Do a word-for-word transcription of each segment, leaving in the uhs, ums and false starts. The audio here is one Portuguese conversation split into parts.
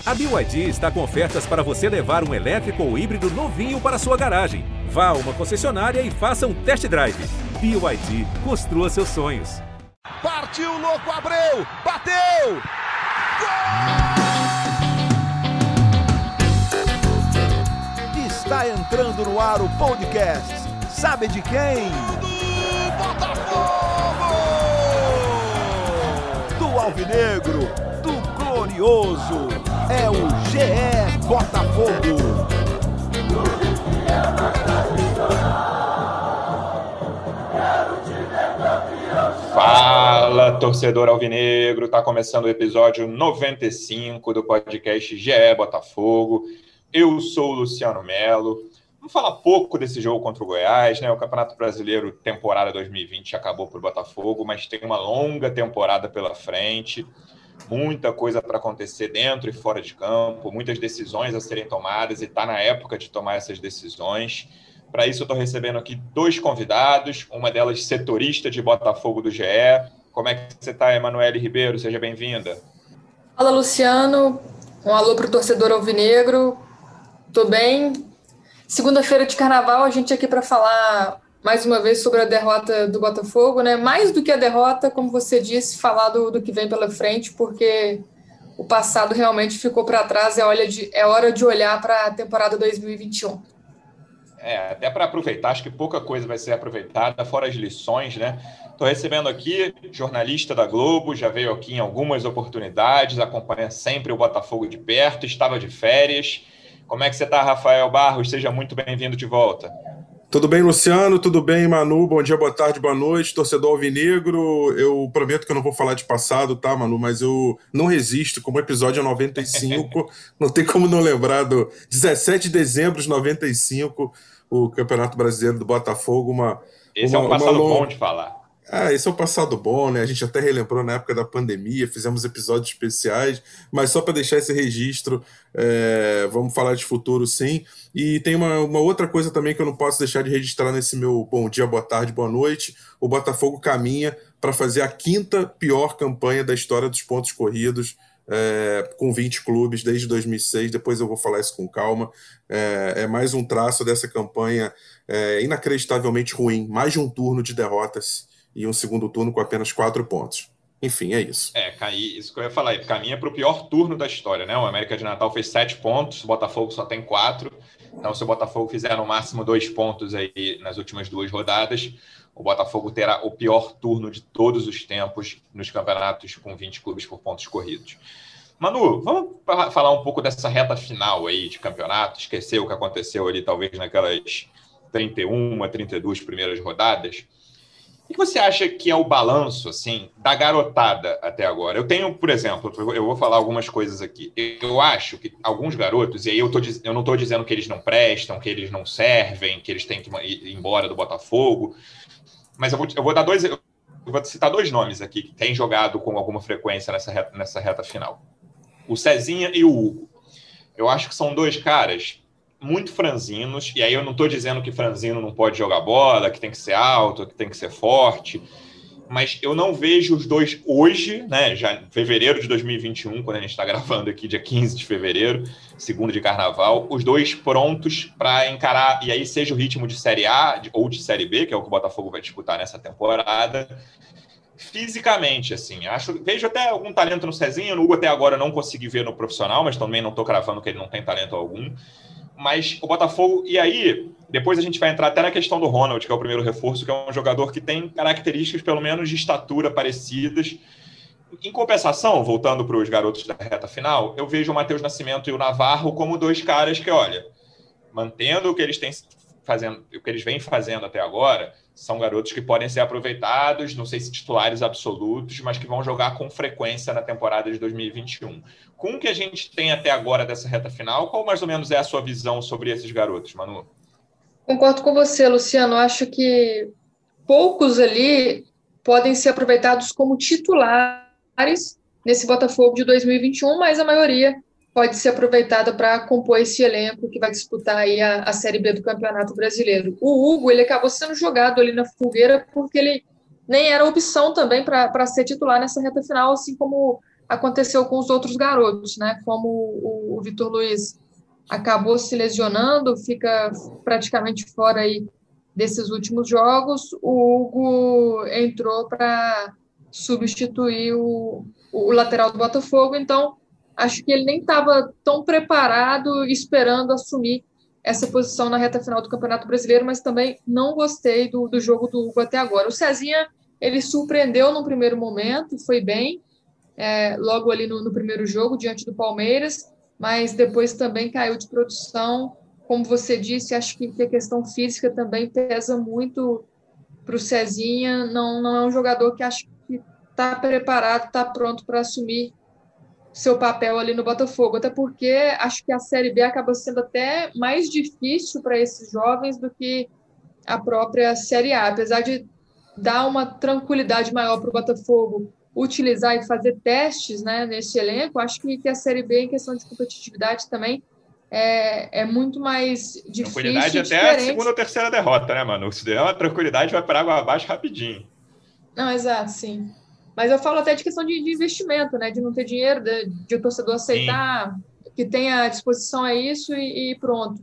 A B Y D está com ofertas para você levar um elétrico ou híbrido novinho para sua garagem. Vá a uma concessionária e faça um test drive. B Y D, construa seus sonhos. Partiu, louco, Abreu! Bateu! Gol! Está entrando no ar o podcast. Sabe de quem? Do Botafogo! Do Alvinegro, do Glorioso. É o G E Botafogo. Fala, torcedor alvinegro, tá começando o episódio noventa e cinco do podcast G E Botafogo. Eu sou o Luciano Melo. Vamos falar pouco desse jogo contra o Goiás, né? O Campeonato Brasileiro temporada dois mil e vinte acabou para o Botafogo, mas tem uma longa temporada pela frente. Muita coisa para acontecer dentro e fora de campo, muitas decisões a serem tomadas e está na época de tomar essas decisões. Para isso eu estou recebendo aqui dois convidados, uma delas setorista de Botafogo do G E. Como é que você está, Emanuele Ribeiro? Seja bem-vinda. Fala, Luciano. Um alô para o torcedor alvinegro. Tô bem. Segunda-feira de carnaval, a gente aqui para falar mais uma vez sobre a derrota do Botafogo, né? Mais do que a derrota, como você disse, falar do, do que vem pela frente, porque o passado realmente ficou para trás. É, olha de, é hora de olhar para a temporada dois mil e vinte e um. É, até para aproveitar, acho que pouca coisa vai ser aproveitada, fora as lições, né? Estou recebendo aqui, jornalista da Globo, já veio aqui em algumas oportunidades, acompanha sempre o Botafogo de perto, estava de férias. Como é que você está, Rafael Barros? Seja muito bem-vindo de volta. Tudo bem, Luciano? Tudo bem, Manu? Bom dia, boa tarde, boa noite. Torcedor alvinegro, eu prometo que eu não vou falar de passado, tá, Manu? Mas eu não resisto, como episódio noventa e cinco, não tem como não lembrar do dezessete de dezembro de noventa e cinco, o Campeonato Brasileiro do Botafogo. Uma, Esse uma, é um passado longa... bom de falar. Ah, esse é um passado bom, né? A gente até relembrou na época da pandemia, fizemos episódios especiais, mas só para deixar esse registro, é, vamos falar de futuro sim. E tem uma, uma outra coisa também que eu não posso deixar de registrar nesse meu bom dia, boa tarde, boa noite. O Botafogo caminha para fazer a quinta pior campanha da história dos pontos corridos, é, com vinte clubes desde dois mil e seis, depois eu vou falar isso com calma. É, é mais um traço dessa campanha é, inacreditavelmente ruim, mais de um turno de derrotas e um segundo turno com apenas quatro pontos. Enfim, é isso. É, cair, isso que eu ia falar, caminha para o pior turno da história, né? O América de Natal fez sete pontos, o Botafogo só tem quatro. Então, se o Botafogo fizer no máximo dois pontos aí nas últimas duas rodadas, o Botafogo terá o pior turno de todos os tempos nos campeonatos com vinte clubes por pontos corridos. Manu, vamos falar um pouco dessa reta final aí de campeonato, esquecer o que aconteceu ali talvez naquelas trinta e uma, trinta e duas primeiras rodadas. O que você acha que é o balanço, assim, da garotada até agora? Eu tenho, por exemplo, eu vou falar algumas coisas aqui. Eu acho que alguns garotos, e aí eu, tô, eu não estou dizendo que eles não prestam, que eles não servem, que eles têm que ir embora do Botafogo, mas eu vou, eu vou dar dois, eu vou citar dois nomes aqui que têm jogado com alguma frequência nessa reta, nessa reta final. O Cezinha e o Hugo. Eu acho que são dois caras muito franzinos, e aí eu não estou dizendo que franzino não pode jogar bola, que tem que ser alto, que tem que ser forte, mas eu não vejo os dois hoje, né, já em fevereiro de dois mil e vinte e um, quando a gente está gravando aqui, dia quinze de fevereiro, segundo de carnaval, os dois prontos para encarar, e aí seja o ritmo de Série A ou de Série B, que é o que o Botafogo vai disputar nessa temporada, fisicamente, assim, acho, vejo até algum talento no Cezinha, no Hugo até agora não consegui ver no profissional, mas também não estou cravando que ele não tem talento algum. Mas o Botafogo, e aí, depois a gente vai entrar até na questão do Ronald, que é o primeiro reforço, que é um jogador que tem características, pelo menos, de estatura parecidas. Em compensação, voltando para os garotos da reta final, eu vejo o Matheus Nascimento e o Navarro como dois caras que, olha, mantendo o que eles têm fazendo, o que eles vêm fazendo até agora, são garotos que podem ser aproveitados, não sei se titulares absolutos, mas que vão jogar com frequência na temporada de dois mil e vinte e um. Com o que a gente tem até agora dessa reta final, qual mais ou menos é a sua visão sobre esses garotos, Manu? Concordo com você, Luciano. Acho que poucos ali podem ser aproveitados como titulares nesse Botafogo de dois mil e vinte e um, mas a maioria pode ser aproveitada para compor esse elenco que vai disputar aí a, a Série B do Campeonato Brasileiro. O Hugo, ele acabou sendo jogado ali na fogueira porque ele nem era opção também para ser titular nessa reta final, assim como aconteceu com os outros garotos, né? Como o, o Vitor Luiz acabou se lesionando, fica praticamente fora aí desses últimos jogos, o Hugo entrou para substituir o, o lateral do Botafogo, então acho que ele nem estava tão preparado, esperando assumir essa posição na reta final do Campeonato Brasileiro, mas também não gostei do, do jogo do Hugo até agora. O Cezinha, ele surpreendeu no primeiro momento, foi bem, é, logo ali no, no primeiro jogo, diante do Palmeiras, mas depois também caiu de produção. Como você disse, acho que a questão física também pesa muito para o Cezinha. Não, não é um jogador que acho que está preparado, está pronto para assumir seu papel ali no Botafogo, até porque acho que a Série B acaba sendo até mais difícil para esses jovens do que a própria Série A, apesar de dar uma tranquilidade maior para o Botafogo utilizar e fazer testes, né, nesse elenco. Acho que, que a Série B, em questão de competitividade também, é, é muito mais difícil. Tranquilidade até diferente. A segunda ou terceira derrota, né, Manu? Se der uma tranquilidade, vai para água abaixo rapidinho. Não, exato, sim. Mas eu falo até de questão de, de investimento, né, de não ter dinheiro, de, de o torcedor aceitar, sim, que tenha disposição a isso e, e pronto.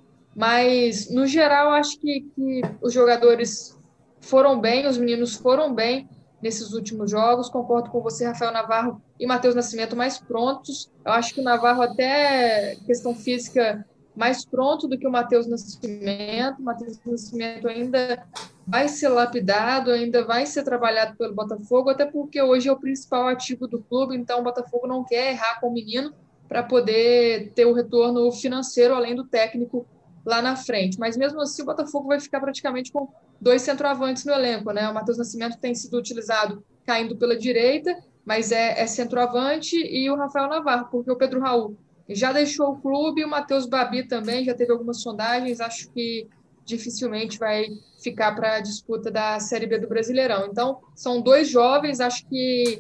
Mas, no geral, acho que, que os jogadores foram bem, os meninos foram bem nesses últimos jogos. Concordo com você, Rafael Navarro e Matheus Nascimento mais prontos. Eu acho que o Navarro até questão física mais pronto do que o Matheus Nascimento. O Matheus Nascimento ainda vai ser lapidado, ainda vai ser trabalhado pelo Botafogo, até porque hoje é o principal ativo do clube, então o Botafogo não quer errar com o menino para poder ter o retorno financeiro, além do técnico lá na frente. Mas mesmo assim o Botafogo vai ficar praticamente com dois centroavantes no elenco, né? O Matheus Nascimento tem sido utilizado caindo pela direita, mas é, é centroavante, e o Rafael Navarro, porque o Pedro Raul já deixou o clube, e o Matheus Babi também já teve algumas sondagens, acho que dificilmente vai ficar para a disputa da Série B do Brasileirão. Então, são dois jovens, acho que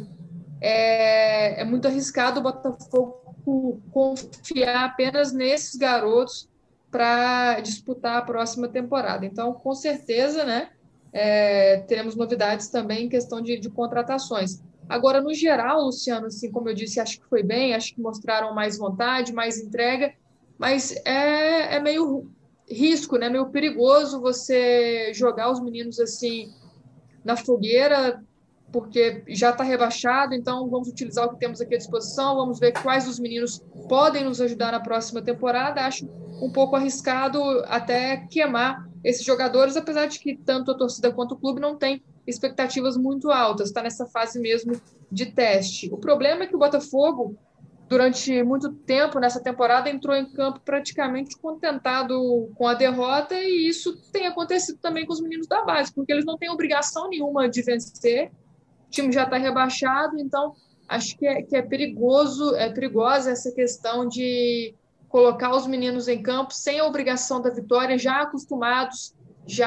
é, é muito arriscado o Botafogo confiar apenas nesses garotos para disputar a próxima temporada. Então, com certeza, né, é, teremos novidades também em questão de, de contratações. Agora, no geral, Luciano, assim, como eu disse, acho que foi bem, acho que mostraram mais vontade, mais entrega, mas é, é meio risco, né, meio perigoso você jogar os meninos assim na fogueira, porque já está rebaixado, então vamos utilizar o que temos aqui à disposição, vamos ver quais dos meninos podem nos ajudar na próxima temporada. Acho um pouco arriscado até queimar esses jogadores, apesar de que tanto a torcida quanto o clube não tem expectativas muito altas, está nessa fase mesmo de teste. O problema é que o Botafogo, durante muito tempo nessa temporada, entrou em campo praticamente contentado com a derrota, e isso tem acontecido também com os meninos da base, porque eles não têm obrigação nenhuma de vencer, o time já está rebaixado, então acho que é, que é perigoso, é perigosa essa questão de colocar os meninos em campo sem a obrigação da vitória, já acostumados,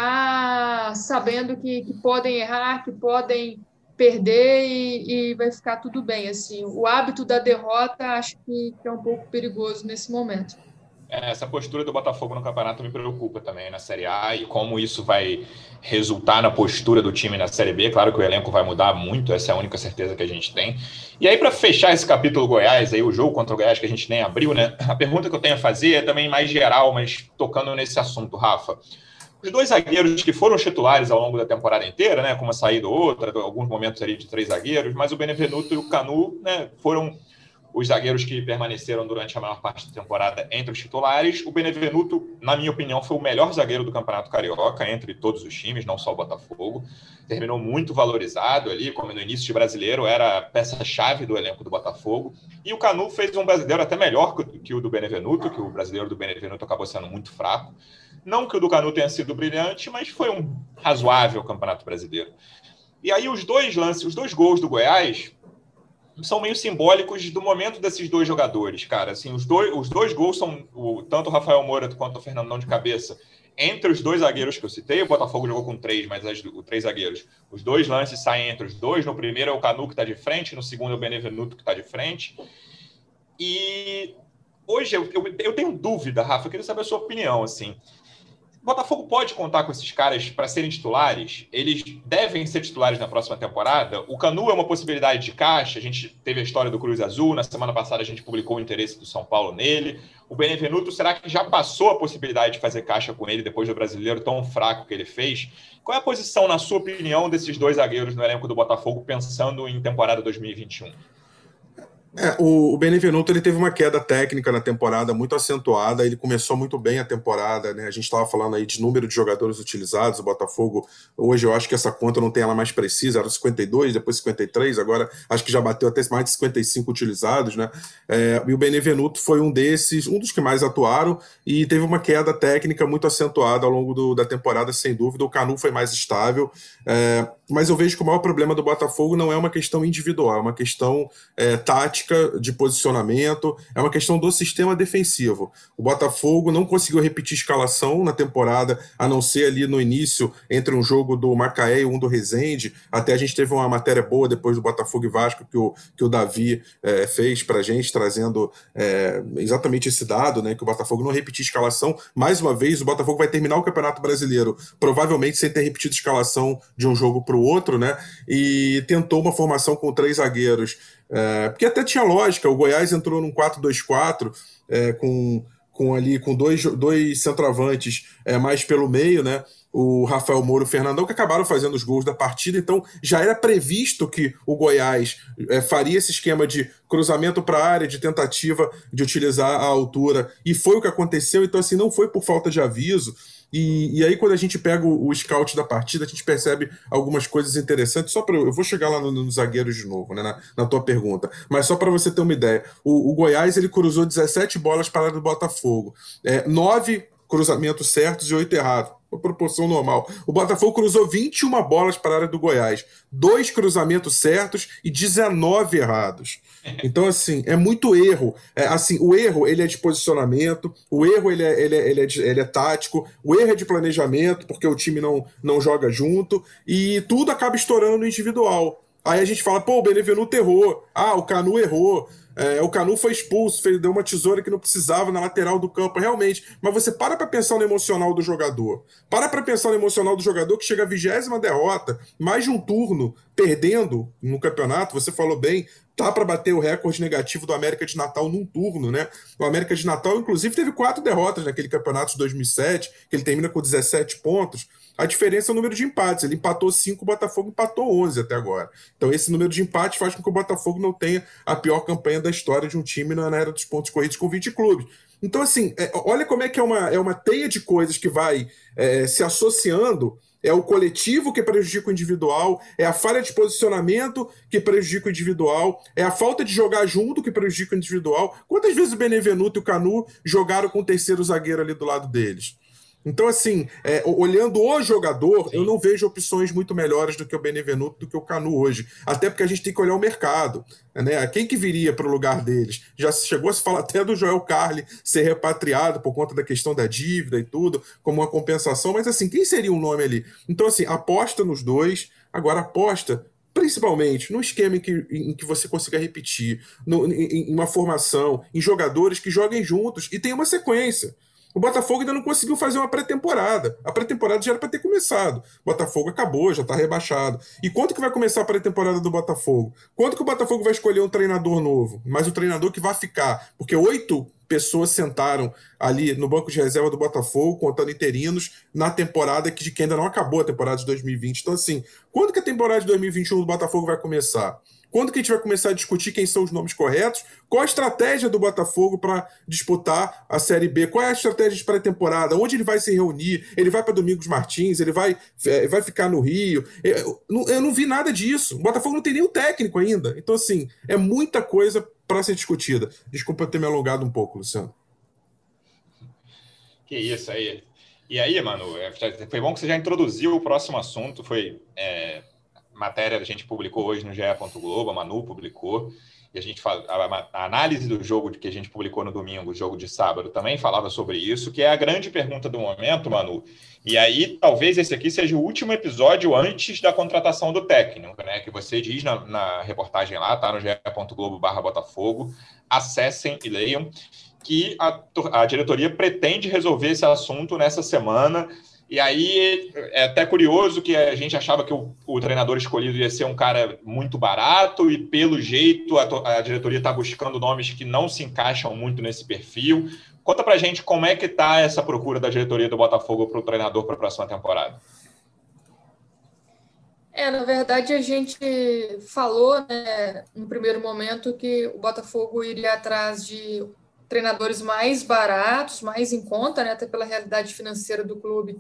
já sabendo que, que podem errar, que podem perder e, e vai ficar tudo bem. Assim, o hábito da derrota acho que, que é um pouco perigoso nesse momento. Essa postura do Botafogo no campeonato me preocupa também na Série A, e como isso vai resultar na postura do time na Série B. Claro que o elenco vai mudar muito, essa é a única certeza que a gente tem. E aí, para fechar esse capítulo Goiás, aí, o jogo contra o Goiás que a gente nem abriu, né? A pergunta que eu tenho a fazer é também mais geral, mas tocando nesse assunto, Rafa. Os dois zagueiros que foram titulares ao longo da temporada inteira, né, com uma saída ou outra, alguns momentos ali de três zagueiros, mas o Benevenuto e o Canu, né, foram os zagueiros que permaneceram durante a maior parte da temporada entre os titulares. O Benevenuto, na minha opinião, foi o melhor zagueiro do Campeonato Carioca, entre todos os times, não só o Botafogo. Terminou muito valorizado ali, como no início de brasileiro, era a peça-chave do elenco do Botafogo. E o Canu fez um brasileiro até melhor que o do Benevenuto, que o brasileiro do Benevenuto acabou sendo muito fraco. Não que o do Canu tenha sido brilhante, mas foi um razoável Campeonato Brasileiro. E aí os dois lances, os dois gols do Goiás são meio simbólicos do momento desses dois jogadores, cara. Assim, os, dois, os dois gols são, o, tanto o Rafael Moura quanto o Fernandão de cabeça, entre os dois zagueiros que eu citei. O Botafogo jogou com três, mas as, os três zagueiros. Os dois lances saem entre os dois. No primeiro é o Canu que está de frente, no segundo é o Benevenuto que está de frente. E hoje eu, eu, eu tenho dúvida, Rafa, eu queria saber a sua opinião, assim. Botafogo pode contar com esses caras para serem titulares? Eles devem ser titulares na próxima temporada? O Canu é uma possibilidade de caixa. A gente teve a história do Cruz Azul. Na semana passada a gente publicou o interesse do São Paulo nele. O Benevenuto, será que já passou a possibilidade de fazer caixa com ele depois do Brasileiro tão fraco que ele fez? Qual é a posição, na sua opinião, desses dois zagueiros no elenco do Botafogo pensando em temporada dois mil e vinte e um? É, o, o Benevenuto ele teve uma queda técnica na temporada muito acentuada, ele começou muito bem a temporada, né? A gente estava falando aí de número de jogadores utilizados, o Botafogo, hoje eu acho que essa conta não tem ela mais precisa, era cinquenta e dois, depois cinquenta e três, agora acho que já bateu até mais de cinquenta e cinco utilizados, né? É, e o Benevenuto foi um desses, um dos que mais atuaram, e teve uma queda técnica muito acentuada ao longo do, da temporada, sem dúvida. O Canu foi mais estável, é, mas eu vejo que o maior problema do Botafogo não é uma questão individual, é uma questão é, tática, de posicionamento, é uma questão do sistema defensivo. O Botafogo não conseguiu repetir escalação na temporada, a não ser ali no início, entre um jogo do Macaé e um do Resende. Até a gente teve uma matéria boa depois do Botafogo e Vasco que o, que o Davi é, fez pra gente, trazendo é, exatamente esse dado, né, que o Botafogo não repetiu escalação. Mais uma vez, o Botafogo vai terminar o Campeonato Brasileiro, provavelmente sem ter repetido escalação de um jogo para o outro, né, e tentou uma formação com três zagueiros. É, porque até tinha lógica, o Goiás entrou num quatro dois quatro, é, com, com, ali, com dois, dois centroavantes é, mais pelo meio, né? O Rafael Moura e o Fernandão, que acabaram fazendo os gols da partida, então já era previsto que o Goiás é, faria esse esquema de cruzamento para a área, de tentativa de utilizar a altura, e foi o que aconteceu. Então assim, não foi por falta de aviso. E, e aí, quando a gente pega o, o scout da partida, a gente percebe algumas coisas interessantes. Só para eu vou chegar lá nos no zagueiros de novo, né, na, na tua pergunta. Mas só para você ter uma ideia, o, o Goiás ele cruzou dezessete bolas para a área do Botafogo, é, nove cruzamentos certos e oito errados, uma proporção normal. O Botafogo cruzou vinte e uma bolas para a área do Goiás, dois cruzamentos certos e dezenove errados. Então, assim, é muito erro. É, assim, o erro ele é de posicionamento, o erro ele é, ele, é, ele, é de, ele é tático, o erro é de planejamento, porque o time não, não joga junto, e tudo acaba estourando no individual. Aí a gente fala, pô, o Benevenuto errou, ah, o Canu errou, é, o Canu foi expulso, fez, deu uma tesoura que não precisava na lateral do campo, realmente. Mas você para para pensar no emocional do jogador. Para para pensar no emocional do jogador que chega à vigésima derrota, mais de um turno, perdendo no campeonato, você falou bem, tá para bater o recorde negativo do América de Natal num turno, né? O América de Natal, inclusive, teve quatro derrotas naquele campeonato de dois mil e sete, que ele termina com dezessete pontos. A diferença é o número de empates. Ele empatou cinco, o Botafogo empatou onze até agora. Então esse número de empates faz com que o Botafogo não tenha a pior campanha da história de um time na era dos pontos corridos com vinte clubes. Então assim, é, olha como é que é uma, é uma teia de coisas que vai é, se associando. É o coletivo que prejudica o individual, é a falha de posicionamento que prejudica o individual, é a falta de jogar junto que prejudica o individual. Quantas vezes o Benevenuto e o Canu jogaram com o terceiro zagueiro ali do lado deles? Então, assim, é, olhando o jogador, Sim. eu não vejo opções muito melhores do que o Benevenuto, do que o Canu hoje. Até porque a gente tem que olhar o mercado, né? Quem que viria para o lugar deles? Já chegou a se falar até do Joel Carli ser repatriado por conta da questão da dívida e tudo, como uma compensação. Mas, assim, quem seria um nome ali? Então, assim, aposta nos dois. Agora, aposta principalmente no esquema em que, em que você consiga repetir, no, em, em uma formação, em jogadores que joguem juntos e tenham uma sequência. O Botafogo ainda não conseguiu fazer uma pré-temporada. A pré-temporada já era para ter começado. O Botafogo acabou, já está rebaixado. E quanto que vai começar a pré-temporada do Botafogo? Quanto que o Botafogo vai escolher um treinador novo? Mas o treinador que vai ficar. Porque oito pessoas sentaram ali no banco de reserva do Botafogo, contando interinos, na temporada que, que ainda não acabou a temporada de dois mil e vinte. Então, assim, quando que a temporada de dois mil e vinte e um do Botafogo vai começar? Quando que a gente vai começar a discutir quem são os nomes corretos? Qual a estratégia do Botafogo para disputar a Série B? Qual é a estratégia de pré-temporada? Onde ele vai se reunir? Ele vai para Domingos Martins? Ele vai, é, vai ficar no Rio? Eu não, eu não vi nada disso. O Botafogo não tem nenhum técnico ainda. Então, assim, é muita coisa para ser discutida. Desculpa eu ter me alongado um pouco, Luciano. Que isso aí. E aí, mano, foi bom que você já introduziu o próximo assunto. Foi... É... matéria a gente publicou hoje no G E Globo, a Manu publicou, e a gente fala, a, a análise do jogo que a gente publicou no domingo, o jogo de sábado, também falava sobre isso, que é a grande pergunta do momento, Manu. E aí, talvez esse aqui seja o último episódio antes da contratação do técnico, né? Que você diz na, na reportagem lá, tá no ge ponto globo barra Botafogo. Acessem e leiam. que a, a diretoria pretende resolver esse assunto nessa semana. E aí é até curioso que a gente achava que o, o treinador escolhido ia ser um cara muito barato e, pelo jeito, a, a diretoria está buscando nomes que não se encaixam muito nesse perfil. Conta pra gente como é que está essa procura da diretoria do Botafogo para o treinador para a próxima temporada. É, na verdade, a gente falou, né, no primeiro momento que o Botafogo iria atrás de treinadores mais baratos, mais em conta, né, até pela realidade financeira do clube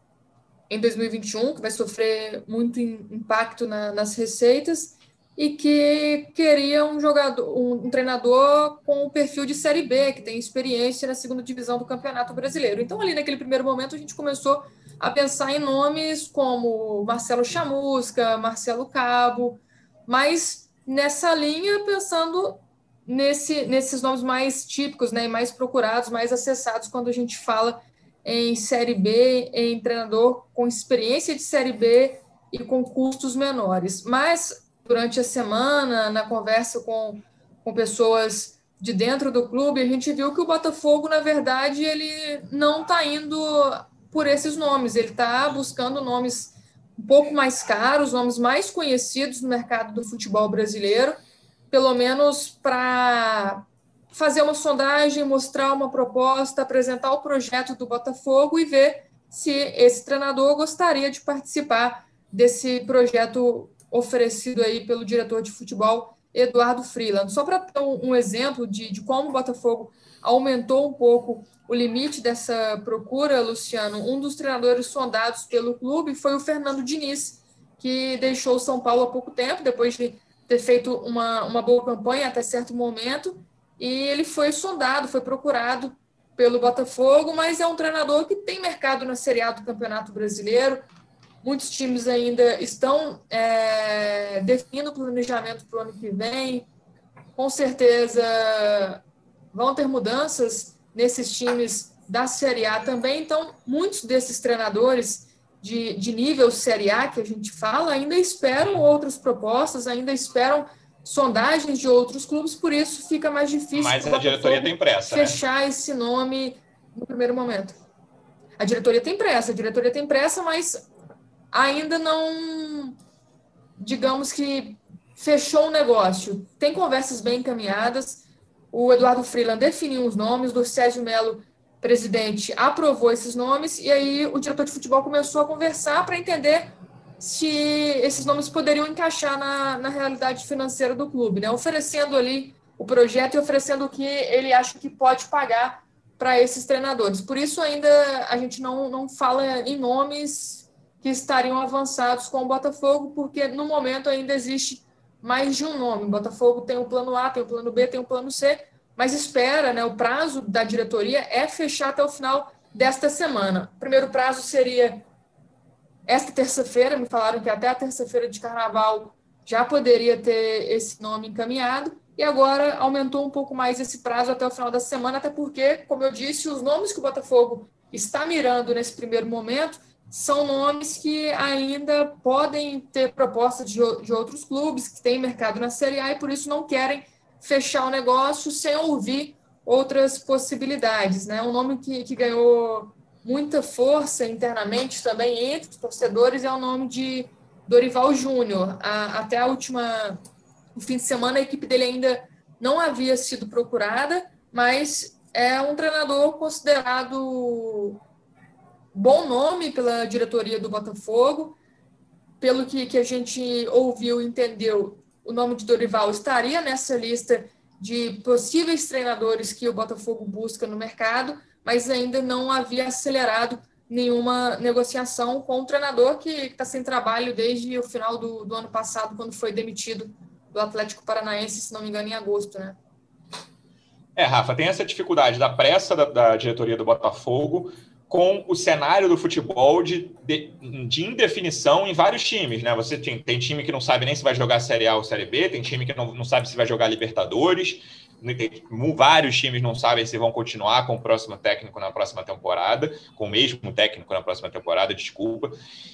em dois mil e vinte e um, que vai sofrer muito impacto na, nas receitas, e que queria um jogador, um, um treinador com o perfil de Série B, que tem experiência na segunda divisão do Campeonato Brasileiro. Então, ali naquele primeiro momento, a gente começou a pensar em nomes como Marcelo Chamusca, Marcelo Cabo, mas nessa linha, pensando nesse, nesses nomes mais típicos, né, mais procurados, mais acessados quando a gente fala em Série B, em treinador com experiência de Série B e com custos menores. Mas, durante a semana, na conversa com, com pessoas de dentro do clube, a gente viu que o Botafogo, na verdade, ele não está indo por esses nomes, ele está buscando nomes um pouco mais caros, nomes mais conhecidos no mercado do futebol brasileiro, pelo menos para fazer uma sondagem, mostrar uma proposta, apresentar o projeto do Botafogo e ver se esse treinador gostaria de participar desse projeto oferecido aí pelo diretor de futebol, Eduardo Freeland. Só para ter um, um exemplo de, de como o Botafogo aumentou um pouco o limite dessa procura, Luciano, um dos treinadores sondados pelo clube foi o Fernando Diniz, que deixou o São Paulo há pouco tempo, depois de ter feito uma, uma boa campanha até certo momento, e ele foi sondado, foi procurado pelo Botafogo, mas é um treinador que tem mercado na Série A do Campeonato Brasileiro. Muitos times ainda estão é, definindo o planejamento para o ano que vem. Com certeza vão ter mudanças nesses times da Série A também. Então, muitos desses treinadores de, de nível Série A que a gente fala ainda esperam outras propostas, ainda esperam sondagens de outros clubes, por isso fica mais difícil. Mas a diretoria tem pressa, fechar né? esse nome no primeiro momento. A diretoria tem pressa, a diretoria tem pressa, mas ainda não, digamos que fechou o negócio. Tem conversas bem encaminhadas. O Eduardo Freeland definiu os nomes, o Sérgio Melo, presidente, aprovou esses nomes, e aí o diretor de futebol começou a conversar para entender se esses nomes poderiam encaixar na, na realidade financeira do clube, né? Oferecendo ali o projeto e oferecendo o que ele acha que pode pagar para esses treinadores. Por isso ainda a gente não, não fala em nomes que estariam avançados com o Botafogo, porque no momento ainda existe mais de um nome. O Botafogo tem o plano A, tem o plano B, tem o plano C, mas espera, né? O prazo da diretoria é fechar até o final desta semana. O primeiro prazo seria esta terça-feira, me falaram que até a terça-feira de Carnaval já poderia ter esse nome encaminhado, e agora aumentou um pouco mais esse prazo até o final da semana, até porque, como eu disse, os nomes que o Botafogo está mirando nesse primeiro momento são nomes que ainda podem ter propostas de, de outros clubes, que têm mercado na Série A, e por isso não querem fechar o negócio sem ouvir outras possibilidades, né? Um nome que, que ganhou muita força internamente também entre os torcedores é o nome de Dorival Júnior. A, até a última, o fim de semana, a equipe dele ainda não havia sido procurada, mas é um treinador considerado bom nome pela diretoria do Botafogo. Pelo que, que a gente ouviu e entendeu, o nome de Dorival estaria nessa lista de possíveis treinadores que o Botafogo busca no mercado, mas ainda não havia acelerado nenhuma negociação com o treinador que está sem trabalho desde o final do, do ano passado, quando foi demitido do Atlético Paranaense, se não me engano, em agosto, né? É, Rafa, tem essa dificuldade da pressa da, da diretoria do Botafogo com o cenário do futebol de, de, de indefinição em vários times, né? Você tem, tem time que não sabe nem se vai jogar Série A ou Série B, tem time que não, não sabe se vai jogar Libertadores. vários times não sabem se vão continuar com o próximo técnico na próxima temporada, com o mesmo técnico na próxima temporada, desculpa.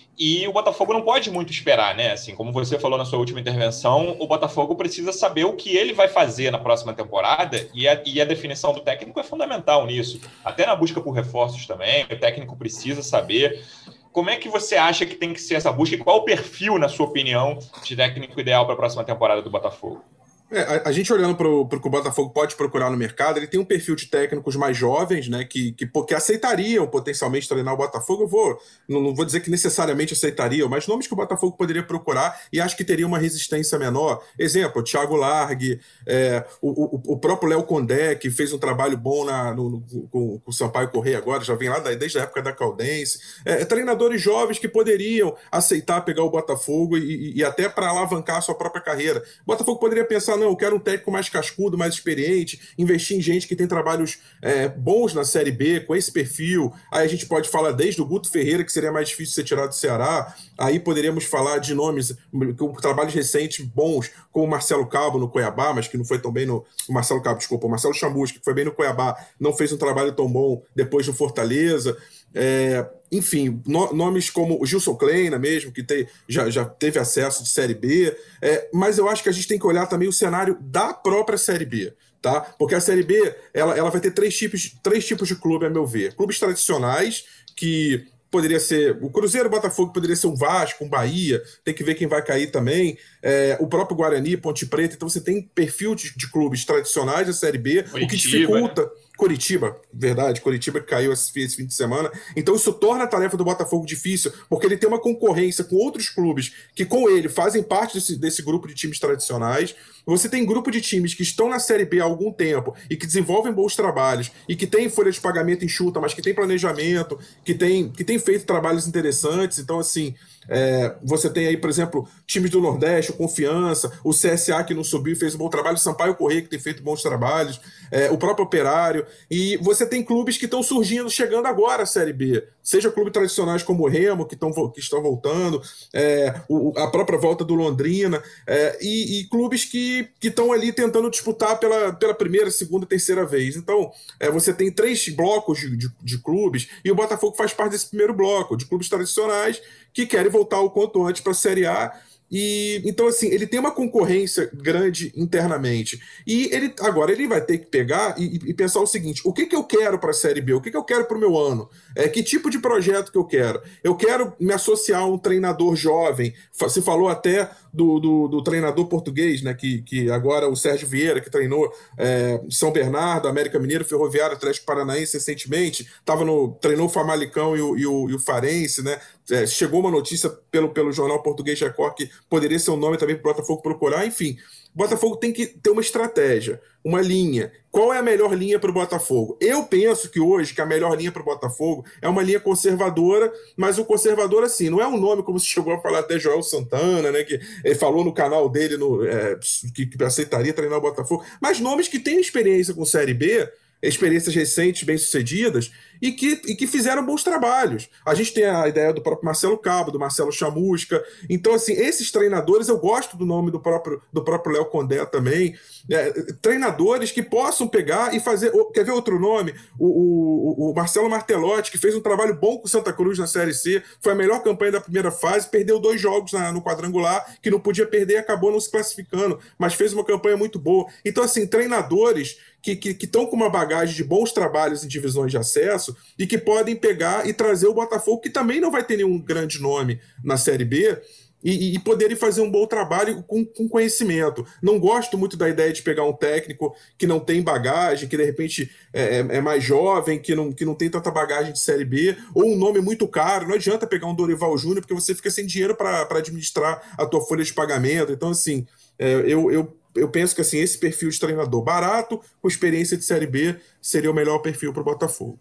E o Botafogo não pode muito esperar, né? Assim, como você falou na sua última intervenção, o Botafogo precisa saber o que ele vai fazer na próxima temporada e a, e a definição do técnico é fundamental nisso. Até na busca por reforços também, o técnico precisa saber. Como é que você acha que tem que ser essa busca e qual o perfil, na sua opinião, de técnico ideal para a próxima temporada do Botafogo? É, a, a gente olhando para o que o Botafogo pode procurar no mercado, ele tem um perfil de técnicos mais jovens, né, que, que, que aceitariam potencialmente treinar o Botafogo. Eu vou, não, não vou dizer que necessariamente aceitariam, mas nomes que o Botafogo poderia procurar e acho que teria uma resistência menor. Exemplo, Thiago Largue, é, o, o, o próprio Léo Condé, que fez um trabalho bom na, no, no, com, com o Sampaio Corrêa agora, já vem lá da, desde a época da Caldense. É, treinadores jovens que poderiam aceitar pegar o Botafogo e, e, e até para alavancar a sua própria carreira. O Botafogo poderia pensar, não, eu quero um técnico mais cascudo, mais experiente, investir em gente que tem trabalhos é, bons na Série B, com esse perfil. Aí a gente pode falar desde o Guto Ferreira, que seria mais difícil ser tirado do Ceará. Aí poderíamos falar de nomes com trabalhos recentes bons, como o Marcelo Cabo no Cuiabá, mas que não foi tão bem no... O Marcelo Cabo, desculpa, o Marcelo Chamusca, que foi bem no Cuiabá, não fez um trabalho tão bom depois do Fortaleza. É, enfim, no, nomes como o Gilson Kleina mesmo, que te, já, já teve acesso de Série B, é, mas eu acho que a gente tem que olhar também o cenário da própria Série B, tá? Porque a Série B ela, ela vai ter três tipos, três tipos de clube, a meu ver. Clubes tradicionais, que poderia ser o Cruzeiro, o Botafogo, poderia ser um Vasco, um Bahia, tem que ver quem vai cair também, é, o próprio Guarani, Ponte Preta. Então você tem perfil de, de clubes tradicionais da Série B, Curitiba, o que dificulta... Né? Curitiba, verdade, Curitiba que caiu esse, esse fim de semana. Então isso torna a tarefa do Botafogo difícil, porque ele tem uma concorrência com outros clubes que com ele fazem parte desse, desse grupo de times tradicionais. Você tem grupo de times que estão na Série B há algum tempo e que desenvolvem bons trabalhos e que tem folha de pagamento enxuta, mas que tem planejamento, que tem, que tem feito trabalhos interessantes. Então, assim, é, você tem aí, por exemplo, times do Nordeste, o Confiança, o C S A que não subiu e fez um bom trabalho, o Sampaio Corrêa que tem feito bons trabalhos, é, o próprio Operário. E você tem clubes que estão surgindo, chegando agora à Série B. Seja clubes tradicionais como o Remo, que, tão, que estão voltando, é, o, a própria volta do Londrina, é, e, e clubes que estão ali tentando disputar pela, pela primeira, segunda, terceira vez. Então, é, você tem três blocos de, de, de clubes, e o Botafogo faz parte desse primeiro bloco, de clubes tradicionais que querem voltar o quanto antes para a Série A. E então, assim, ele tem uma concorrência grande internamente. E ele agora ele vai ter que pegar e, e pensar o seguinte: o que, que eu quero para a Série B? O que, que eu quero para o meu ano? É, que tipo de projeto que eu quero? Eu quero me associar a um treinador jovem. Se falou até do, do, do treinador português, né? Que, que agora o Sérgio Vieira, que treinou é, São Bernardo, América Mineiro, Ferroviário, Atlético Paranaense recentemente, tava no, treinou o Famalicão e o, e o, e o Farense, né? É, chegou uma notícia pelo, pelo jornal português Record que poderia ser um nome também para o Botafogo procurar. Enfim, o Botafogo tem que ter uma estratégia, uma linha. Qual é a melhor linha para o Botafogo? Eu penso que hoje que a melhor linha para o Botafogo é uma linha conservadora, mas o conservador, assim, não é um nome como se chegou a falar até Joel Santana, né, que ele falou no canal dele no, é, que, que aceitaria treinar o Botafogo, mas nomes que têm experiência com Série B, experiências recentes, bem-sucedidas, e que, e que fizeram bons trabalhos. A gente tem a ideia do próprio Marcelo Cabo, do Marcelo Chamusca. Então, assim, esses treinadores, eu gosto do nome do próprio do próprio Léo Condé também, é, treinadores que possam pegar e fazer... Quer ver outro nome? O, o, o Marcelo Martelotti, que fez um trabalho bom com o Santa Cruz na Série C, foi a melhor campanha da primeira fase, perdeu dois jogos na, no quadrangular, que não podia perder e acabou não se classificando, mas fez uma campanha muito boa. Então, assim, treinadores que estão com uma bagagem de bons trabalhos em divisões de acesso e que podem pegar e trazer o Botafogo, que também não vai ter nenhum grande nome na Série B, e, e poderem fazer um bom trabalho com, com conhecimento. Não gosto muito da ideia de pegar um técnico que não tem bagagem, que de repente é, é mais jovem, que não, que não tem tanta bagagem de Série B, ou um nome muito caro. Não adianta pegar um Dorival Júnior, porque você fica sem dinheiro para administrar a tua folha de pagamento. Então, assim, é, eu... eu Eu penso que assim, esse perfil de treinador barato, com experiência de Série B, seria o melhor perfil para o Botafogo.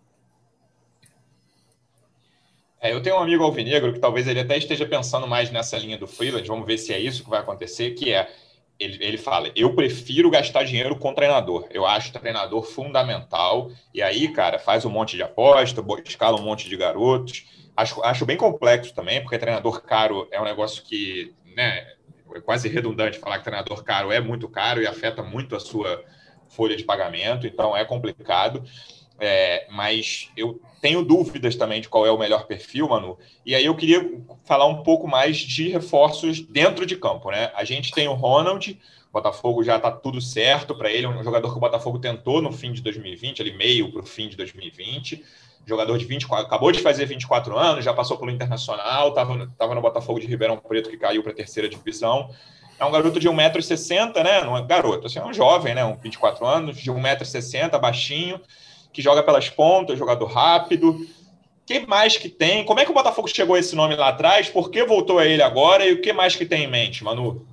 É, eu tenho um amigo alvinegro que talvez ele até esteja pensando mais nessa linha do freelance, vamos ver se é isso que vai acontecer, que é, ele, ele fala, eu prefiro gastar dinheiro com treinador, eu acho o treinador fundamental, e aí, cara, faz um monte de aposta, escala um monte de garotos, acho, acho bem complexo também, porque treinador caro é um negócio que, né, é quase redundante falar que treinador caro é muito caro e afeta muito a sua, folha de pagamento, então é complicado. É, mas eu tenho dúvidas também de qual é o melhor perfil, Manu. E aí eu queria falar um pouco mais de reforços dentro de campo, né? A gente tem o Ronald, o Botafogo já está tudo certo para ele, um jogador que o Botafogo tentou no fim de dois mil e vinte, ali meio para o fim de dois mil e vinte, jogador de vinte e quatro, acabou de fazer vinte e quatro anos, já passou pelo Internacional, estava tava no Botafogo de Ribeirão Preto, que caiu para a terceira divisão. É um garoto de um metro e sessenta, né? Não é garoto, assim, é um jovem, né? Um vinte e quatro anos, de um metro e sessenta, baixinho, que joga pelas pontas, jogador rápido. O que mais que tem? Como é que o Botafogo chegou a esse nome lá atrás? Por que voltou a ele agora? E o que mais que tem em mente, Manu?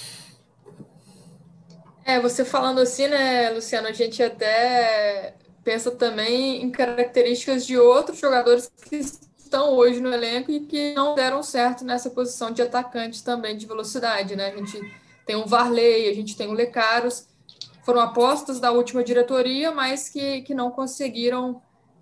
É, você falando assim, né, Luciano, a gente até pensa também em características de outros jogadores que estão hoje no elenco e que não deram certo nessa posição de atacante também de velocidade, né? A gente tem o Varley, a gente tem o Lecaros, foram apostas da última diretoria, mas que, que não conseguiram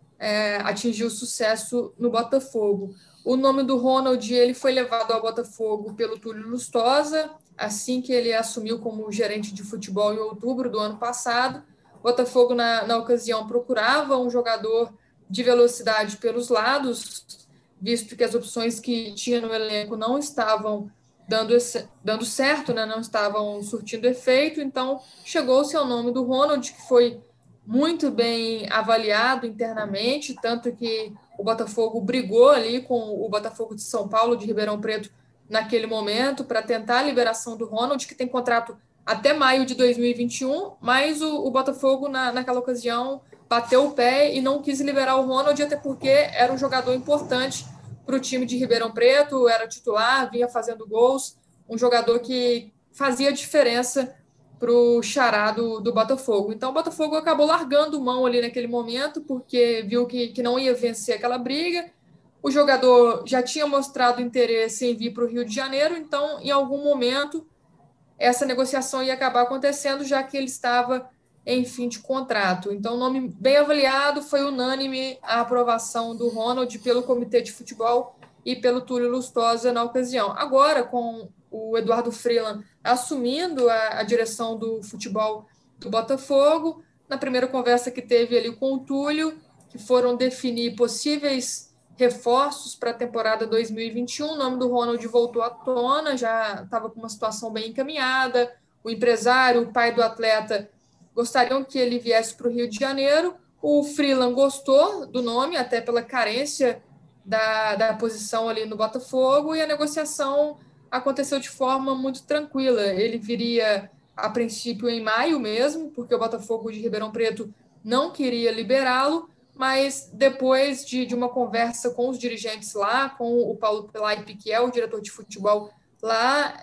é, atingir o sucesso no Botafogo. O nome do Ronald, ele foi levado ao Botafogo pelo Túlio Lustosa, assim que ele assumiu como gerente de futebol em outubro do ano passado. O Botafogo, na, na ocasião, procurava um jogador de velocidade pelos lados, visto que as opções que tinha no elenco não estavam dando, dando certo, né? Não estavam surtindo efeito, então chegou-se ao nome do Ronald, que foi muito bem avaliado internamente, tanto que o Botafogo brigou ali com o Botafogo de São Paulo, de Ribeirão Preto, naquele momento, para tentar a liberação do Ronald, que tem contrato até maio de dois mil e vinte e um, mas o, o Botafogo, na, naquela ocasião, bateu o pé e não quis liberar o Ronald, até porque era um jogador importante para o time de Ribeirão Preto, era titular, vinha fazendo gols, um jogador que fazia diferença para o xará do, do Botafogo. Então o Botafogo acabou largando mão ali naquele momento, porque viu que, que não ia vencer aquela briga. O jogador já tinha mostrado interesse em vir para o Rio de Janeiro, então em algum momento essa negociação ia acabar acontecendo, já que ele estava em fim de contrato. Então, o nome bem avaliado, foi unânime a aprovação do Ronald pelo Comitê de Futebol e pelo Túlio Lustosa na ocasião. Agora, com o Eduardo Freeland assumindo a, a direção do futebol do Botafogo, na primeira conversa que teve ali com o Túlio, que foram definir possíveis reforços para a temporada dois mil e vinte e um, o nome do Ronald voltou à tona, já estava com uma situação bem encaminhada, o empresário, o pai do atleta, gostariam que ele viesse para o Rio de Janeiro. O Freeland gostou do nome, até pela carência da, da posição ali no Botafogo, e a negociação aconteceu de forma muito tranquila. Ele viria, a princípio, em maio mesmo, porque o Botafogo de Ribeirão Preto não queria liberá-lo, mas depois de, de uma conversa com os dirigentes lá, com o Paulo Pelaipe, que é o diretor de futebol lá,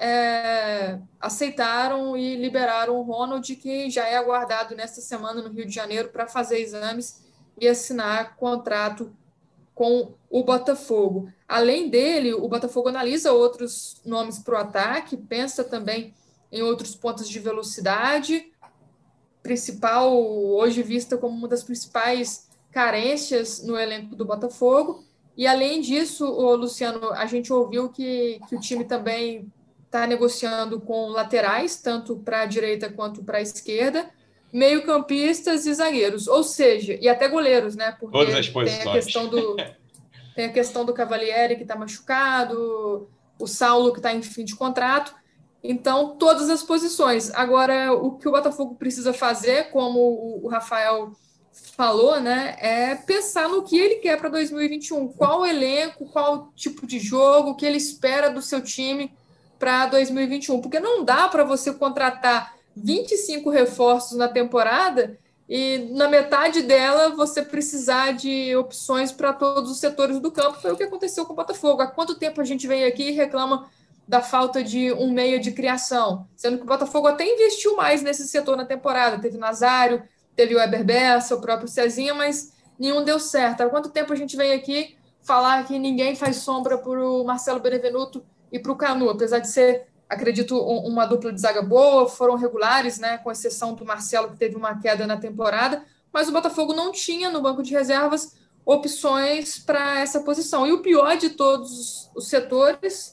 é, aceitaram e liberaram o Ronald, que já é aguardado nesta semana no Rio de Janeiro para fazer exames e assinar contrato com o Botafogo. Além dele, o Botafogo analisa outros nomes para o ataque, pensa também em outros pontos de velocidade, principal, hoje vista como uma das principais carências no elenco do Botafogo. E, além disso, o Luciano, a gente ouviu que, que o time também está negociando com laterais, tanto para a direita quanto para a esquerda, meio-campistas e zagueiros, ou seja, e até goleiros, né? Porque todas as posições. Tem a questão do, tem a questão do Cavalieri, que está machucado, o Saulo, que está em fim de contrato. Então, todas as posições. Agora, o que o Botafogo precisa fazer, como o Rafael falou, né, é pensar no que ele quer para dois mil e vinte e um, qual elenco, qual tipo de jogo, o que ele espera do seu time para dois mil e vinte e um, porque não dá para você contratar vinte e cinco reforços na temporada e na metade dela você precisar de opções para todos os setores do campo. Foi o que aconteceu com o Botafogo. Há quanto tempo a gente vem aqui e reclama da falta de um meia de criação, sendo que o Botafogo até investiu mais nesse setor na temporada, teve o Nazário, teve o Weber Bessa, o próprio Cezinha, mas nenhum deu certo. Há quanto tempo a gente vem aqui falar que ninguém faz sombra para o Marcelo Benevenuto e para o Canu, apesar de ser, acredito, uma dupla de zaga boa, foram regulares, né, com exceção do Marcelo, que teve uma queda na temporada, mas o Botafogo não tinha no banco de reservas opções para essa posição. E o pior de todos os setores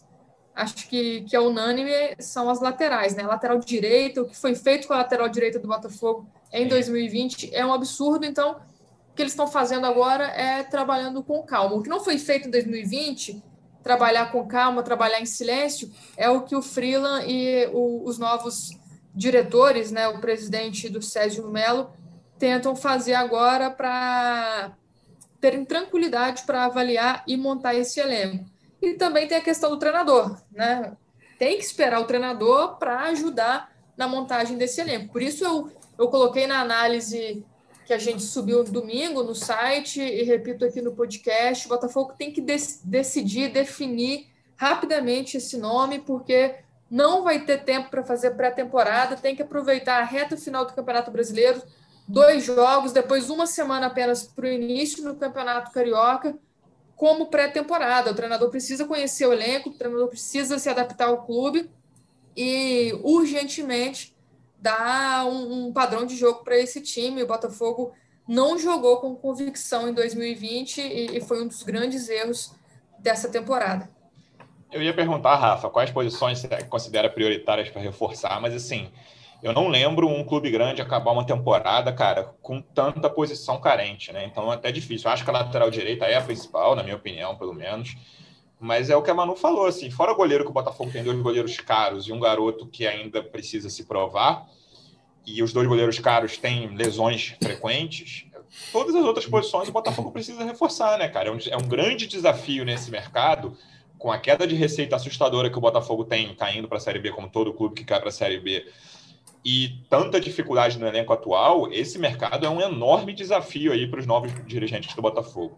acho que, que é unânime, são as laterais, né? A lateral direita, o que foi feito com a lateral direita do Botafogo em dois mil e vinte é um absurdo. Então, o que eles estão fazendo agora é trabalhando com calma. O que não foi feito em dois mil e vinte, trabalhar com calma, trabalhar em silêncio, é o que o Freeland e o, os novos diretores, né, o presidente do Sérgio Melo, tentam fazer agora para terem tranquilidade para avaliar e montar esse elenco. E também tem a questão do treinador, né? Tem que esperar o treinador para ajudar na montagem desse elenco. Por isso eu, eu coloquei na análise que a gente subiu domingo no site e repito aqui no podcast, o Botafogo tem que de- decidir, definir rapidamente esse nome, porque não vai ter tempo para fazer pré-temporada, tem que aproveitar a reta final do Campeonato Brasileiro, dois jogos, depois uma semana apenas para o início no Campeonato Carioca, como pré-temporada. O treinador precisa conhecer o elenco, o treinador precisa se adaptar ao clube e urgentemente dar um, um padrão de jogo para esse time. O Botafogo não jogou com convicção em dois mil e vinte e, e foi um dos grandes erros dessa temporada. Eu ia perguntar, Rafa, quais posições você considera prioritárias para reforçar, mas assim, eu não lembro um clube grande acabar uma temporada, cara, com tanta posição carente, né? Então é até difícil. Eu acho que a lateral direita é a principal, na minha opinião, pelo menos. Mas é o que a Manu falou, assim, fora o goleiro que o Botafogo tem dois goleiros caros e um garoto que ainda precisa se provar, e os dois goleiros caros têm lesões frequentes, todas as outras posições o Botafogo precisa reforçar, né, cara? É um, é um grande desafio nesse mercado, com a queda de receita assustadora que o Botafogo tem caindo para a Série B, como todo clube que cai para a Série B, e tanta dificuldade no elenco atual, esse mercado é um enorme desafio aí para os novos dirigentes do Botafogo.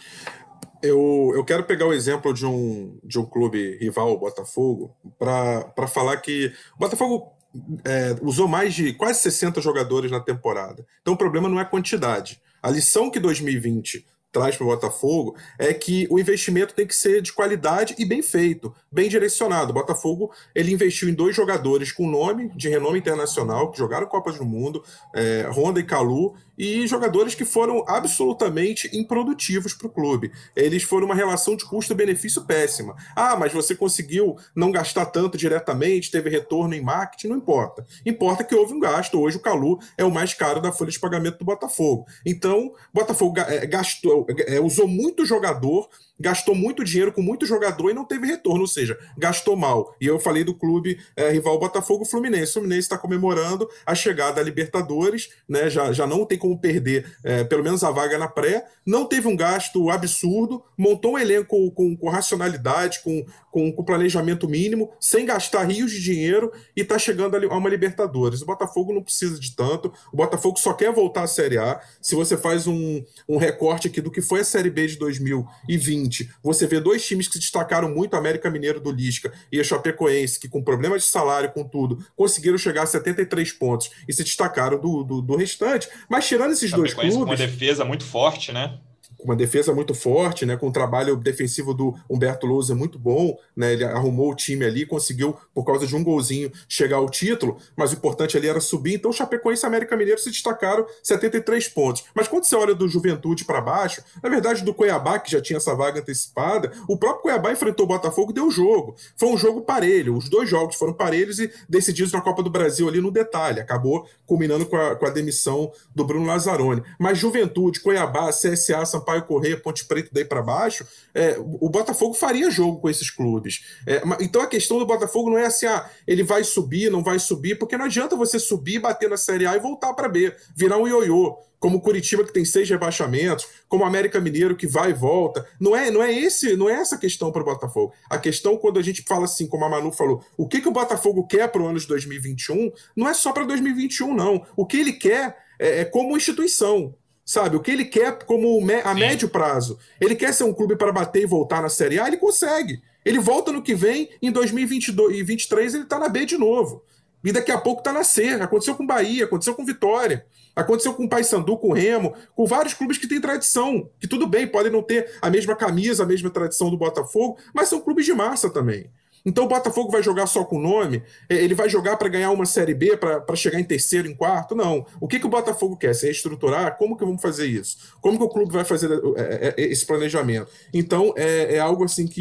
Eu, eu quero pegar o exemplo de um, de um clube rival, o Botafogo, para falar que o Botafogo é, usou mais de quase sessenta jogadores na temporada. Então o problema não é a quantidade. A lição que dois mil e vinte traz para o Botafogo é que o investimento tem que ser de qualidade e bem feito, bem direcionado. O Botafogo ele investiu em dois jogadores com nome, de renome internacional, que jogaram Copas do Mundo, é, Honda e Kalu, e jogadores que foram absolutamente improdutivos para o clube. Eles foram uma relação de custo-benefício péssima. Ah, mas você conseguiu não gastar tanto diretamente, teve retorno em marketing, não importa. Importa que houve um gasto. Hoje o Kalu é o mais caro da folha de pagamento do Botafogo. Então, o Botafogo gastou, usou muito jogador, gastou muito dinheiro com muito jogador e não teve retorno, ou seja, gastou mal. E eu falei do clube é, rival Botafogo Fluminense. O Fluminense está comemorando a chegada à Libertadores, né? já, já não tem como perder é, pelo menos a vaga na pré, não teve um gasto absurdo, montou um elenco com, com racionalidade, com, com, com planejamento mínimo, sem gastar rios de dinheiro e está chegando a uma Libertadores. O Botafogo não precisa de tanto, o Botafogo só quer voltar à Série A. Se você faz um, um recorte aqui do que foi a Série B de dois mil e vinte, você vê dois times que se destacaram muito, a América Mineiro do Lisca e a Chapecoense, que com problema de salário, com tudo, conseguiram chegar a setenta e três pontos e se destacaram do, do, do restante. Mas tirando esses dois clubes... Com uma defesa muito forte, né? Com uma defesa muito forte, né, com o trabalho defensivo do Humberto Lousa muito bom, né, ele arrumou o time ali, conseguiu, por causa de um golzinho, chegar ao título, mas o importante ali era subir. Então o Chapecoense e América Mineiro se destacaram setenta e três pontos. Mas quando você olha do Juventude para baixo, na verdade do Cuiabá, que já tinha essa vaga antecipada, o próprio Cuiabá enfrentou o Botafogo e deu jogo. Foi um jogo parelho, os dois jogos foram parelhos e decididos na Copa do Brasil ali no detalhe, acabou culminando com a, com a demissão do Bruno Lazzaroni. Mas Juventude, Cuiabá, C S A, Sampaio Corrêa, Ponte Preta daí para baixo, é, o Botafogo faria jogo com esses clubes. É, então a questão do Botafogo não é assim, ah, ele vai subir, não vai subir, porque não adianta você subir, bater na Série A e voltar para B, virar um ioiô, como o Curitiba, que tem seis rebaixamentos, como o América Mineiro, que vai e volta. Não é, não é, esse, não é essa a questão para o Botafogo. A questão, quando a gente fala assim, como a Manu falou, o que, que o Botafogo quer para o ano de dois mil e vinte e um, não é só para dois mil e vinte e um, não. O que ele quer é, é como instituição. Sabe, o que ele quer como a Sim. médio prazo. Ele quer ser um clube para bater e voltar na Série A, ele consegue. Ele volta no que vem, em dois mil e vinte e dois e vinte e três ele está na B de novo. E daqui a pouco está na C. Aconteceu com Bahia, aconteceu com Vitória, aconteceu com Paysandu, com Remo, com vários clubes que têm tradição. Que tudo bem, podem não ter a mesma camisa, a mesma tradição do Botafogo, mas são clubes de massa também. Então o Botafogo vai jogar só com o nome? Ele vai jogar para ganhar uma Série B, para chegar em terceiro, em quarto? Não. O que, que o Botafogo quer? Se reestruturar? Como que vamos fazer isso? Como que o clube vai fazer esse planejamento? Então é, é algo assim que,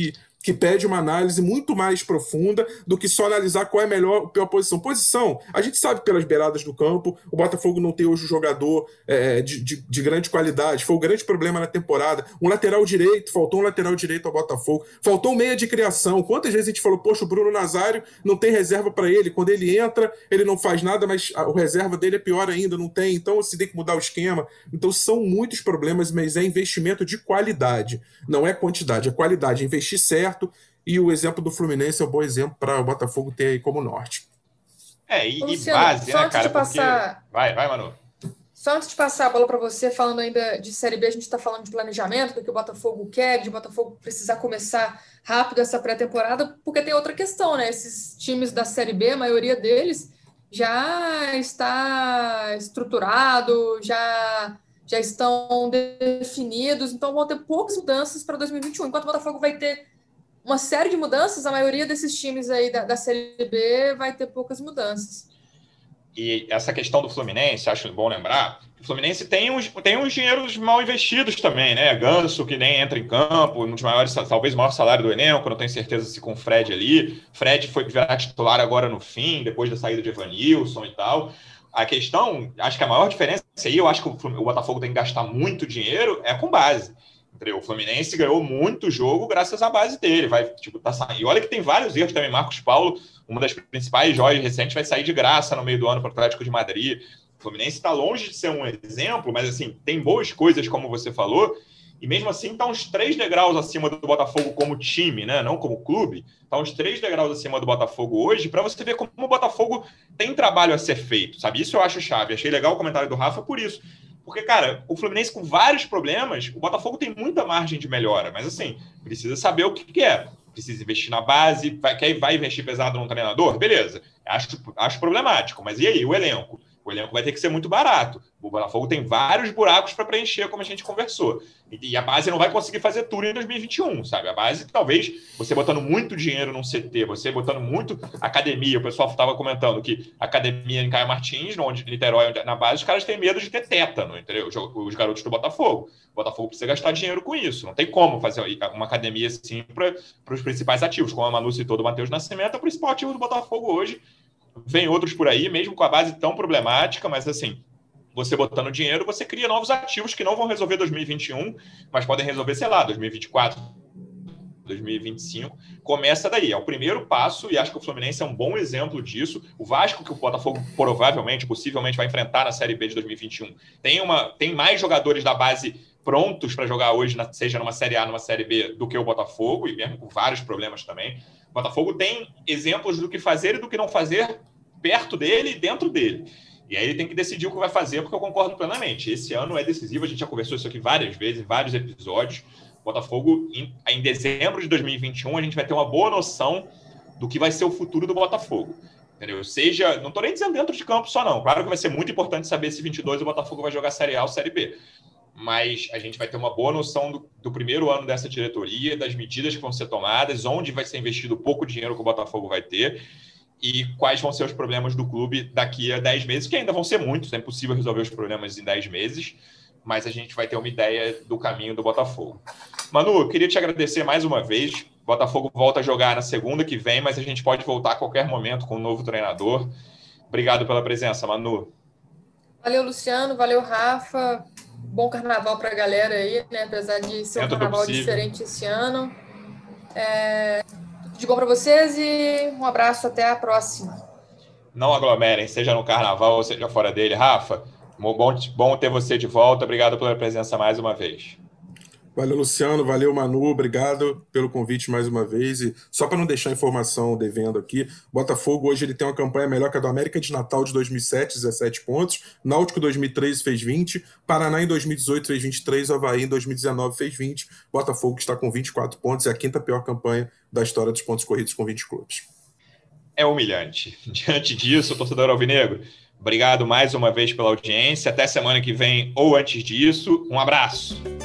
que pede uma análise muito mais profunda do que só analisar qual é a melhor, pior posição. Posição, a gente sabe pelas beiradas do campo, o Botafogo não tem hoje um jogador é, de, de, de grande qualidade, foi o grande problema na temporada. Um lateral direito, faltou um lateral direito ao Botafogo, faltou um meia de criação. Quantas vezes a gente falou, poxa, o Bruno Nazário não tem reserva para ele, quando ele entra, ele não faz nada, mas a, o reserva dele é pior ainda, não tem, então você tem que mudar o esquema. Então são muitos problemas, mas é investimento de qualidade, não é quantidade, é qualidade, é investir certo. E o exemplo do Fluminense é um bom exemplo para o Botafogo ter aí como norte. É, e, Luciano, e base, só né, antes cara? de passar... Porque... Vai, vai, Manu. Só antes de passar a bola para você, falando ainda de Série B, a gente está falando de planejamento, do que o Botafogo quer, de o Botafogo precisar começar rápido essa pré-temporada, porque tem outra questão, né? Esses times da Série B, a maioria deles já está estruturado, já... já estão definidos, então vão ter poucas mudanças para dois mil e vinte e um. Enquanto o Botafogo vai ter uma série de mudanças, a maioria desses times aí da, da Série B vai ter poucas mudanças. E essa questão do Fluminense, acho bom lembrar, o Fluminense tem uns, tem uns dinheiros mal investidos também, né? Ganso, que nem entra em campo, um dos maiores, talvez o maior salário do elenco, não tenho certeza se com o Fred ali. Fred foi virar titular agora no fim, depois da saída de Evanilson e tal. A questão, acho que a maior diferença aí, eu acho que o Botafogo tem que gastar muito dinheiro, é com base. O Fluminense ganhou muito jogo graças à base dele. Vai, tipo, tá saindo. E olha que tem vários erros também. Marcos Paulo, uma das principais joias recentes, vai sair de graça no meio do ano para o Atlético de Madrid. O Fluminense está longe de ser um exemplo, mas assim, tem boas coisas, como você falou, e mesmo assim está uns três degraus acima do Botafogo como time, né? Não como clube. Está uns três degraus acima do Botafogo hoje, para você ver como o Botafogo tem trabalho a ser feito, sabe? Isso eu acho chave. Achei legal o comentário do Rafa por isso. Porque, cara, o Fluminense com vários problemas, o Botafogo tem muita margem de melhora, mas assim, precisa saber o que quer. Precisa investir na base, vai, quer, vai investir pesado num treinador? Beleza, acho, acho problemático, mas e aí, o elenco? O elenco vai ter que ser muito barato. O Botafogo tem vários buracos para preencher, como a gente conversou. E, e a base não vai conseguir fazer tudo em dois mil e vinte e um, sabe? A base, talvez, você botando muito dinheiro num C T, você botando muito academia. O pessoal estava comentando que a academia em Caio Martins, onde Niterói, na base, os caras têm medo de ter tétano, entendeu? Os, os garotos do Botafogo. O Botafogo precisa gastar dinheiro com isso. Não tem como fazer uma academia assim para os principais ativos. Como a Manu citou do Matheus Nascimento, é o principal ativo do Botafogo hoje. Vem outros por aí, mesmo com a base tão problemática, mas assim, você botando dinheiro, você cria novos ativos que não vão resolver dois mil e vinte e um, mas podem resolver, sei lá, dois mil e vinte e quatro, dois mil e vinte e cinco. Começa daí, é o primeiro passo, e acho que o Fluminense é um bom exemplo disso. O Vasco, que o Botafogo provavelmente, possivelmente vai enfrentar na Série B de dois mil e vinte e um, tem, uma, tem mais jogadores da base prontos para jogar hoje, seja numa Série A, numa Série B, do que o Botafogo, e mesmo com vários problemas também. O Botafogo tem exemplos do que fazer e do que não fazer perto dele e dentro dele. E aí ele tem que decidir o que vai fazer, porque eu concordo plenamente. Esse ano é decisivo, a gente já conversou isso aqui várias vezes, em vários episódios. O Botafogo, em, em dezembro de dois mil e vinte e um, a gente vai ter uma boa noção do que vai ser o futuro do Botafogo. Entendeu? Seja, não estou nem dizendo dentro de campo só não. Claro que vai ser muito importante saber se vinte e dois o Botafogo vai jogar Série A ou Série B. Mas a gente vai ter uma boa noção do, do primeiro ano dessa diretoria, das medidas que vão ser tomadas, onde vai ser investido pouco dinheiro que o Botafogo vai ter e quais vão ser os problemas do clube daqui a dez meses, que ainda vão ser muitos, é impossível resolver os problemas em dez meses, mas a gente vai ter uma ideia do caminho do Botafogo. Manu, eu queria te agradecer mais uma vez. O Botafogo volta a jogar na segunda que vem, mas a gente pode voltar a qualquer momento com um novo treinador. Obrigado pela presença, Manu. Valeu, Luciano. Valeu, Rafa. Bom carnaval para a galera aí, né? Apesar de ser um carnaval diferente esse ano. É... Tudo de bom para vocês e um abraço, até a próxima. Não aglomerem, seja no carnaval ou seja fora dele. Rafa, bom, bom ter você de volta. Obrigado pela presença mais uma vez. Valeu, Luciano. Valeu, Manu. Obrigado pelo convite mais uma vez. E só para não deixar a informação devendo aqui, o Botafogo hoje ele tem uma campanha melhor que a do América de Natal de dois mil e sete, dezessete pontos. Náutico dois mil e treze fez vinte. Paraná em dois mil e dezoito fez vinte e três. Avaí em dois mil e dezenove fez vinte. Botafogo está com vinte e quatro pontos. É a quinta pior campanha da história dos pontos corridos com vinte clubes. É humilhante. Diante disso, torcedor alvinegro, obrigado mais uma vez pela audiência. Até semana que vem ou antes disso. Um abraço.